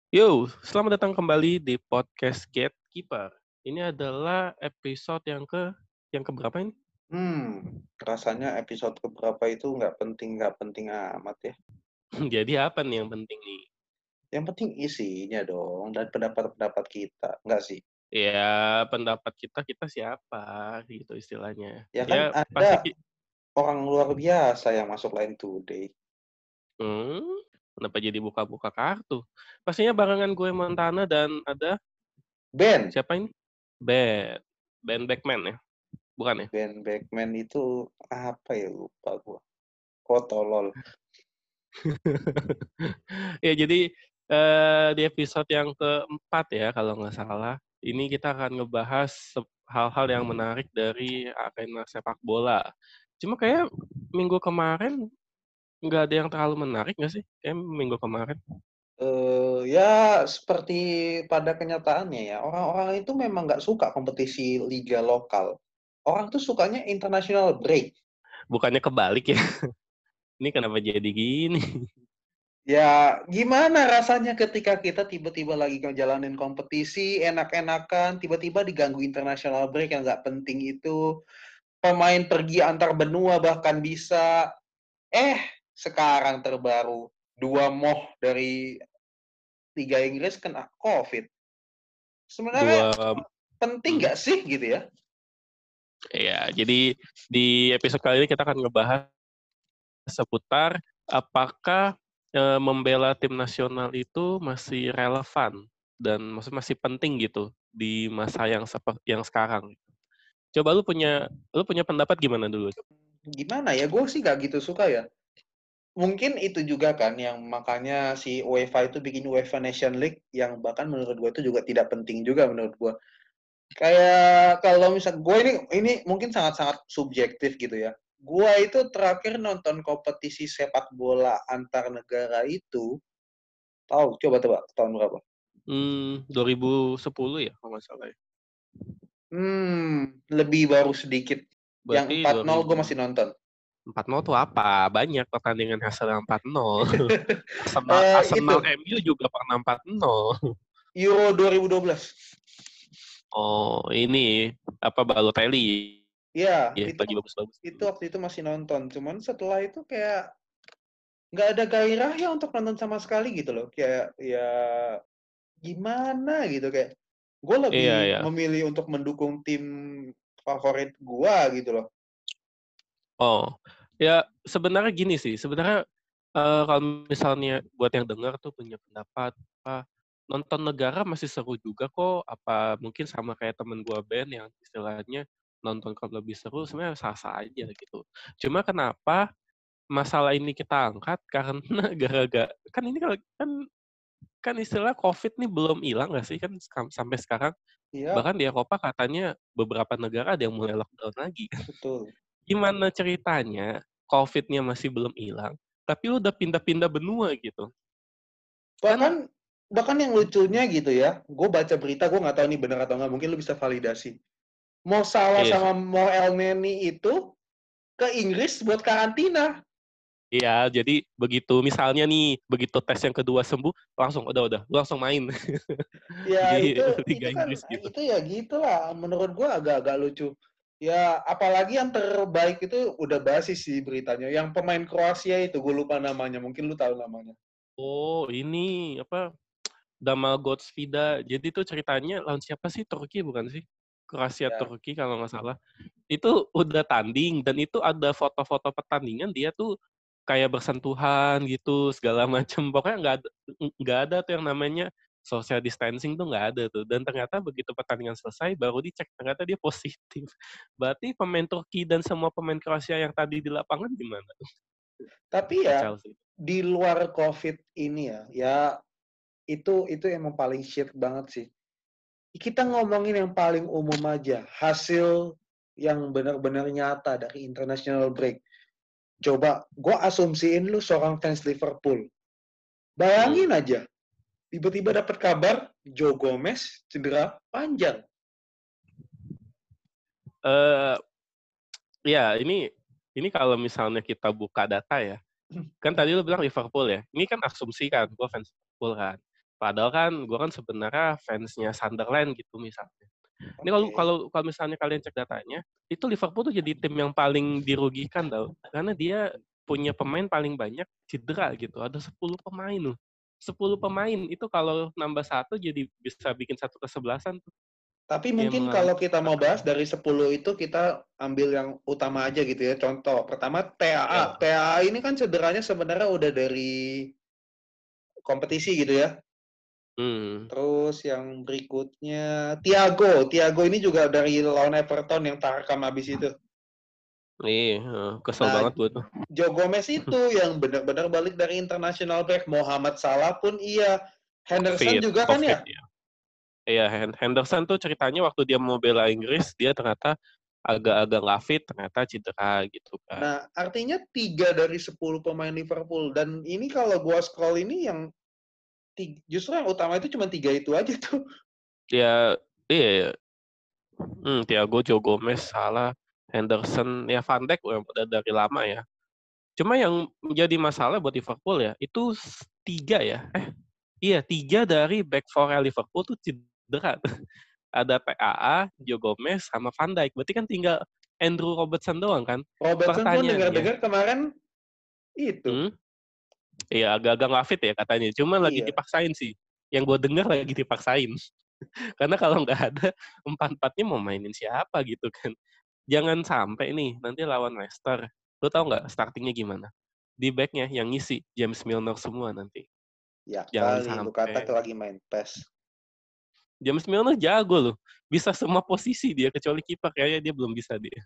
Yo, selamat datang kembali di podcast Gatekeeper. Ini adalah episode yang ke berapa ini? Rasanya episode keberapa itu nggak penting amat ya. Jadi apa nih yang penting nih? Yang penting isinya dong dan pendapat-pendapat kita, nggak sih? Ya, pendapat kita siapa gitu istilahnya. Ya kan Ya, ada pasti orang luar biasa yang masuk Line Today. hmm, kenapa jadi buka-buka kartu? Pastinya barengan gue Montana dan ada Ben, siapa ini? Ben, Ben Beckman ya? Bukan ya? Ben Beckman itu apa ya lupa gua. Oh tolol. Ya, jadi di episode yang keempat ya kalau nggak salah, ini kita akan ngebahas hal-hal yang menarik dari arena sepak bola. Cuma kayak minggu kemarin nggak ada yang terlalu menarik nggak sih? Kayak minggu kemarin. Ya seperti pada kenyataannya ya, orang-orang itu memang nggak suka kompetisi liga lokal. Orang tuh sukanya international break. Bukannya kebalik ya? Ini kenapa jadi gini? Ya, gimana rasanya ketika kita tiba-tiba lagi ngejalanin kompetisi, enak-enakan, tiba-tiba diganggu international break yang nggak penting itu, pemain pergi antar benua bahkan bisa. Sekarang terbaru, dua moh dari Liga Inggris kena COVID. Sebenarnya Dua, penting hmm, nggak sih gitu ya? ya. Jadi di episode kali ini kita akan ngebahas seputar apakah membela tim nasional itu masih relevan dan maksudnya masih penting gitu di masa yang sekarang. Coba lu punya pendapat gimana dulu? Gimana ya, gue sih nggak gitu suka ya. Mungkin itu juga kan yang makanya si UEFA itu bikin UEFA Nation League yang bahkan menurut gue itu juga tidak penting juga menurut gue. Kayak kalau misal gue ini mungkin sangat-sangat subjektif gitu ya. Gue itu terakhir nonton kompetisi sepak bola antar negara itu, tahu coba tebak tahun berapa? 2010 ya kalau nggak salah ya. Lebih baru sedikit. Yang Berarti 4-0 gue 2000 masih nonton. 4-0 tuh apa? Banyak pertandingan hasil yang 4-0. Arsenal Arsenal Itu MU juga pernah 4-0. Euro 2012. Oh, ini apa Balotelli Ya, ya lagi bagus-bagus. itu waktu itu masih nonton. Cuman setelah itu kayak nggak ada gairah ya untuk nonton sama sekali gitu loh. Kayak ya gimana gitu kayak gue lebih Iya ya. memilih untuk mendukung tim favorit gue gitu loh. Oh, ya sebenarnya gini sih, sebenarnya kalau misalnya buat yang dengar tuh punya pendapat, nonton negara masih seru juga kok, apa mungkin sama kayak temen gua Ben yang istilahnya nonton klub lebih seru, sebenarnya sah-sah aja gitu. Cuma kenapa masalah ini kita angkat karena gara-gara kan ini kalau kan kan istilah Covid nih belum hilang nggak sih kan sampai sekarang, Iya, bahkan di Eropa katanya beberapa negara ada yang mulai lockdown lagi. betul. Gimana ceritanya Covid-nya masih belum hilang, tapi lu udah pindah-pindah benua gitu. Kan Bahkan bahkan yang lucunya gitu ya, gue baca berita gue nggak tahu nih benar atau nggak, mungkin lu bisa validasi. Mau Salah iya sih. sama Mo El Neni itu ke Inggris buat karantina. Iya, jadi begitu misalnya nih, begitu tes yang kedua sembuh, langsung udah, lu langsung main Ya di itu Liga kan Inggris gitu. itu ya gitulah. Menurut gue agak-agak lucu. Ya apalagi yang terbaik itu udah basis sih beritanya. Yang pemain Kroasia itu gue lupa namanya. Mungkin lu tahu namanya. Oh, ini apa, Damal Godsvida. Jadi itu ceritanya lawan siapa sih? Turki bukan sih? Kroasia Ya, Turki kalau nggak salah. Itu udah tanding dan itu ada foto-foto pertandingan dia tuh kayak bersentuhan gitu segala macam. Pokoknya nggak ada tuh yang namanya social distancing tuh nggak ada tuh. Dan ternyata begitu pertandingan selesai baru dicek ternyata dia positif. Berarti pemain Turki dan semua pemain Kroasia yang tadi di lapangan gimana? tapi ya Kacau sih. di luar COVID ini ya itu emang paling shit banget sih. Kita ngomongin yang paling umum aja, hasil yang benar-benar nyata dari international break. Coba, gue asumsiin lu seorang fans Liverpool. Hmm. Bayangin aja, tiba-tiba dapat kabar Joe Gomez cedera panjang. Eh ya ini kalau misalnya kita buka data ya, kan tadi lu bilang Liverpool ya. Ini kan asumsi kan, gue fans Liverpool kan. Padahal kan gue kan sebenarnya fansnya Sunderland gitu misalnya. Ini kalau Oke. kalau kalau misalnya kalian cek datanya, itu Liverpool tuh jadi tim yang paling dirugikan tau. Karena dia punya pemain paling banyak cedera gitu. Ada 10 pemain loh. 10 pemain itu kalau nambah satu jadi bisa bikin satu kesebelasan tuh Tapi yang mungkin mengalami kalau kita mau bahas cedera. dari 10 itu kita ambil yang utama aja gitu ya. Contoh, pertama TAA. Ya. TAA ini kan cederanya sebenarnya udah dari kompetisi gitu ya. Hmm. Terus yang berikutnya Thiago. Thiago ini juga dari lawan Everton yang tarkam habis itu. Kesel Nah, banget gue tuh. Joe Gomez itu yang benar-benar balik dari international break. Muhammad Salah pun iya. Henderson juga kan COVID ya? ya. Iya, Henderson tuh ceritanya waktu dia mau bela Inggris, dia ternyata agak-agak nggak fit, ternyata cedera gitu kan. Nah, artinya 3 dari 10 pemain Liverpool. Dan ini kalau gua scroll ini yang justru yang utama itu cuma 3 itu aja tuh. Ya, iya, ya. Thiago, Joe Gomez, Salah, Henderson, ya Van Dijk udah dari lama ya. Cuma yang menjadi masalah buat Liverpool ya, itu 3 ya. Iya, 3 dari back four Liverpool tuh cedera. Ada TAA, Joe Gomez, sama Van Dijk. Berarti kan tinggal Andrew Robertson doang kan. Robertson pun Pertanyaannya, dengar-dengar kemarin itu. hmm, iya agak-agak nggak fit ya katanya. Cuma lagi Iya. dipaksain sih. Yang gue dengar lagi dipaksain. Karena kalau nggak ada, empat-empatnya mau mainin siapa gitu kan. Jangan sampai nih, nanti lawan Leicester. Lo tau nggak startingnya gimana? Di backnya yang ngisi, James Milner semua nanti. Ya Jangan kali, lu kata sampai. lagi main PES. James Milner jago loh. Bisa semua posisi dia, kecuali kiper. Kayaknya dia belum bisa dia.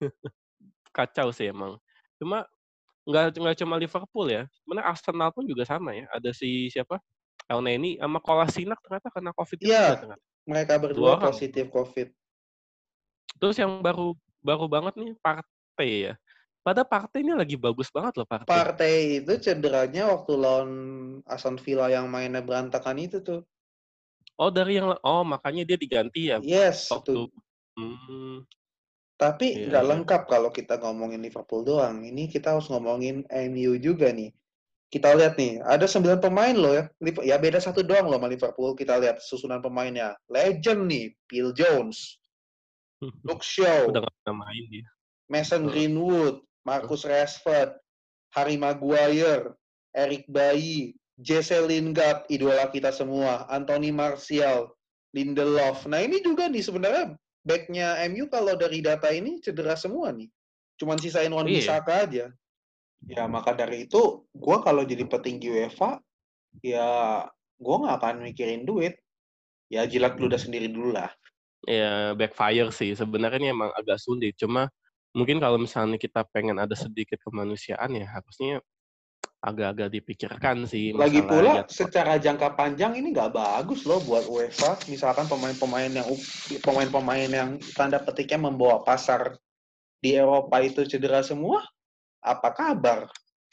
Kacau sih emang. Cuma nggak cuma Liverpool ya. Sebenarnya Arsenal pun juga sama ya. Ada si siapa? El Neni sama Kolasinac ternyata kena COVID juga Iya, ternyata. mereka berdua 2 orang. positif COVID. Terus yang baru baru banget nih Partey ya. Padahal Partey ini lagi bagus banget loh Partey. Partey itu cederanya waktu lawan Aston Villa yang mainnya berantakan itu tuh. Oh makanya dia diganti ya Yes, waktu. itu. Hmm, Tapi iya nggak iya. lengkap kalau kita ngomongin Liverpool doang. Ini kita harus ngomongin MU juga nih. Kita lihat nih, ada 9 pemain loh ya. Ya beda satu doang loh sama Liverpool. Kita lihat susunan pemainnya. Legend nih, Phil Jones, Luke Udah Shaw, nggak pernah main dia. Mason Heeh. Greenwood, Marcus Rashford, Harry Maguire, Eric Bailly, Jesse Lingard, idola kita semua, Anthony Martial, Lindelof. Nah ini juga nih sebenarnya backnya MU kalau dari data ini cedera semua nih. Cuman sisain Wan Iya. Bissaka aja. Ya maka dari itu, gue kalau jadi petinggi UEFA, ya gue nggak akan mikirin duit. Ya jilat ludah sendiri dulu lah. Ya backfire sih. Sebenarnya ini emang agak sulit. Cuma mungkin kalau misalnya kita pengen ada sedikit kemanusiaan ya harusnya agak-agak dipikirkan sih Lagi masalah pula jadwal. secara jangka panjang ini nggak bagus loh buat UEFA. Misalkan pemain-pemain yang tanda petiknya membawa pasar di Eropa itu cedera semua, apa kabar?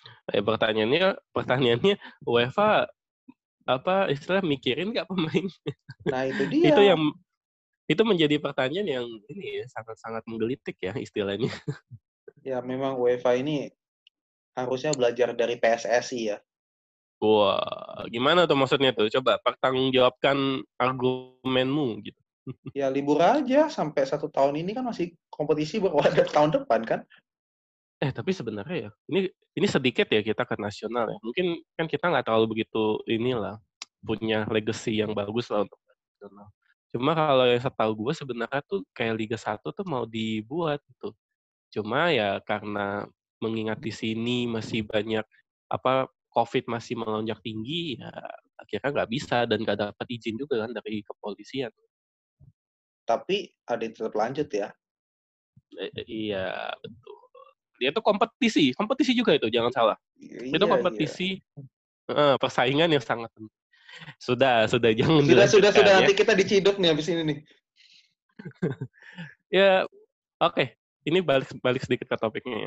Pertanyaannya UEFA apa istilah mikirin nggak pemain? Nah itu Itu dia. yang itu menjadi pertanyaan yang ini ya sangat-sangat menggelitik ya istilahnya. Ya memang UEFA ini harusnya belajar dari PSSI ya. Wah, gimana tuh maksudnya tuh? Coba pertanggungjawabkan argumenmu gitu. Ya libur aja sampai 1 tahun ini kan masih kompetisi baru ada tahun depan kan? Tapi sebenarnya ya, ini sedikit ya kita ke nasional ya. Mungkin kan kita nggak terlalu begitu inilah punya legacy yang bagus lah untuk nasional. Cuma kalau yang setahu gue sebenarnya tuh kayak Liga 1 tuh mau dibuat gitu. Cuma ya karena mengingat di sini masih banyak apa COVID masih melonjak tinggi, ya akhirnya nggak bisa dan nggak dapat izin juga kan dari kepolisian. Tapi ada yang tetap lanjut ya. Iya betul. Dia tuh kompetisi juga itu jangan salah. Itu Iya, iya. kompetisi persaingan yang sangat penting. Sudah jangan Sudah. dilanjutkan ya. Nanti kita diciduk nih habis ini nih. Ya oke. Ini balik sedikit ke topiknya ya.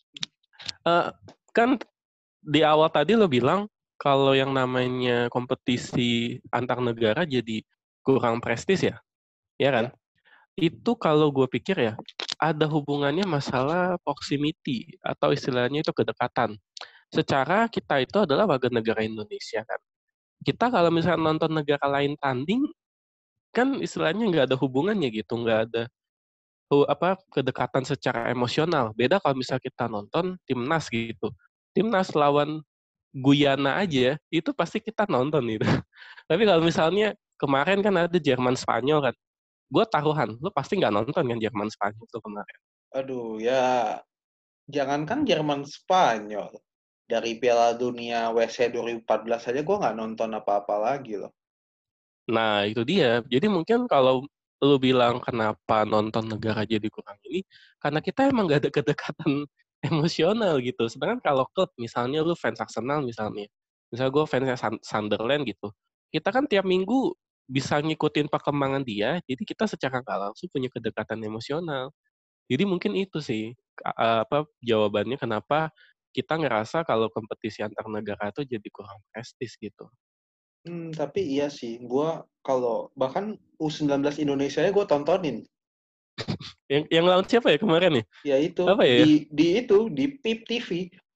Kan di awal tadi lo bilang kalau yang namanya kompetisi antar negara jadi kurang prestis ya, ya kan? Ya. Itu kalau gue pikir ya ada hubungannya masalah proximity atau istilahnya itu kedekatan. Secara kita itu adalah warga negara Indonesia kan. kita kalau misalnya nonton negara lain tanding, kan istilahnya nggak ada hubungannya gitu, nggak ada kedekatan secara emosional. Beda kalau misalnya kita nonton timnas gitu. Timnas lawan Guyana aja, itu pasti kita nonton gitu. Tapi kalau misalnya kemarin kan ada Jerman Spanyol kan, gue taruhan, lu pasti nggak nonton kan Jerman Spanyol tuh kemarin. Aduh, ya jangankan Jerman Spanyol. Dari Piala Dunia WC 2014 saja gue nggak nonton apa-apa lagi loh. Nah, itu dia. Jadi mungkin kalau lu bilang kenapa nonton negara jadi kurang ini, karena kita emang gak ada kedekatan emosional gitu. Sedangkan kalau klub, misalnya lu fans Arsenal misalnya gue fansnya Sunderland gitu, kita kan tiap minggu bisa ngikutin perkembangan dia, jadi kita secara nggak langsung punya kedekatan emosional. Jadi mungkin itu sih jawabannya kenapa kita ngerasa kalau kompetisi antar negara itu jadi kurang prestis gitu. Tapi iya sih, gue kalau bahkan U19 Indonesia nya gue tontonin. Yang lawan siapa ya kemarin nih? Ya itu Apa ya? di PIP TV.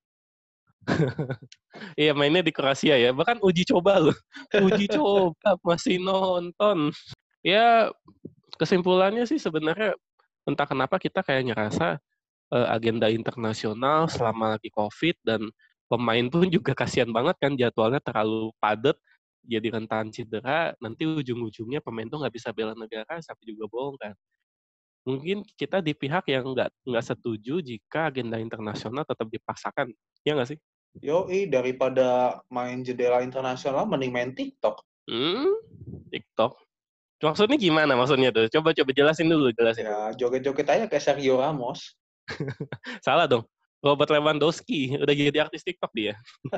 Iya mainnya di Kroasia ya. Bahkan uji coba loh. Uji coba masih nonton. Ya kesimpulannya sih sebenarnya entah kenapa kita kayak ngerasa agenda internasional selama lagi COVID dan pemain pun juga kasihan banget kan jadwalnya terlalu padat jadi rentan cedera nanti ujung-ujungnya pemain tuh nggak bisa bela negara sampai juga bohong kan. Mungkin kita di pihak yang nggak setuju jika agenda internasional tetap dipaksakan. Ya nggak sih? Yoi, daripada main jendela internasional, mending main TikTok. TikTok. Maksudnya gimana maksudnya tuh? Coba jelasin dulu. Ya, joget-joget aja kayak Sergio Ramos. Salah dong. Robert Lewandowski udah jadi artis TikTok dia.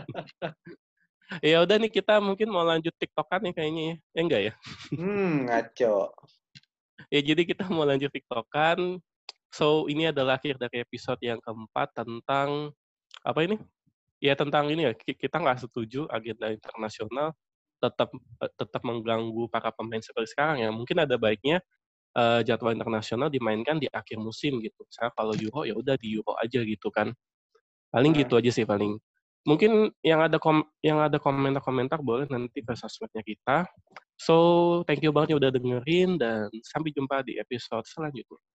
Ya udah nih kita mungkin mau lanjut TikTokan nih kayaknya ya. Enggak ya? Ngaco. Ya jadi kita mau lanjut TikTokan. So ini adalah akhir dari episode yang keempat tentang apa ini? Ya tentang ini ya, kita nggak setuju agenda internasional tetap mengganggu para pemain seperti sekarang ya. Mungkin ada baiknya jadwal internasional dimainkan di akhir musim gitu. Misalnya kalau Euro ya udah di Euro aja gitu kan. Paling Nah, gitu aja sih paling. Mungkin yang ada komentar-komentar boleh nanti ke sosmednya kita. So, thank you banget yang udah dengerin dan sampai jumpa di episode selanjutnya.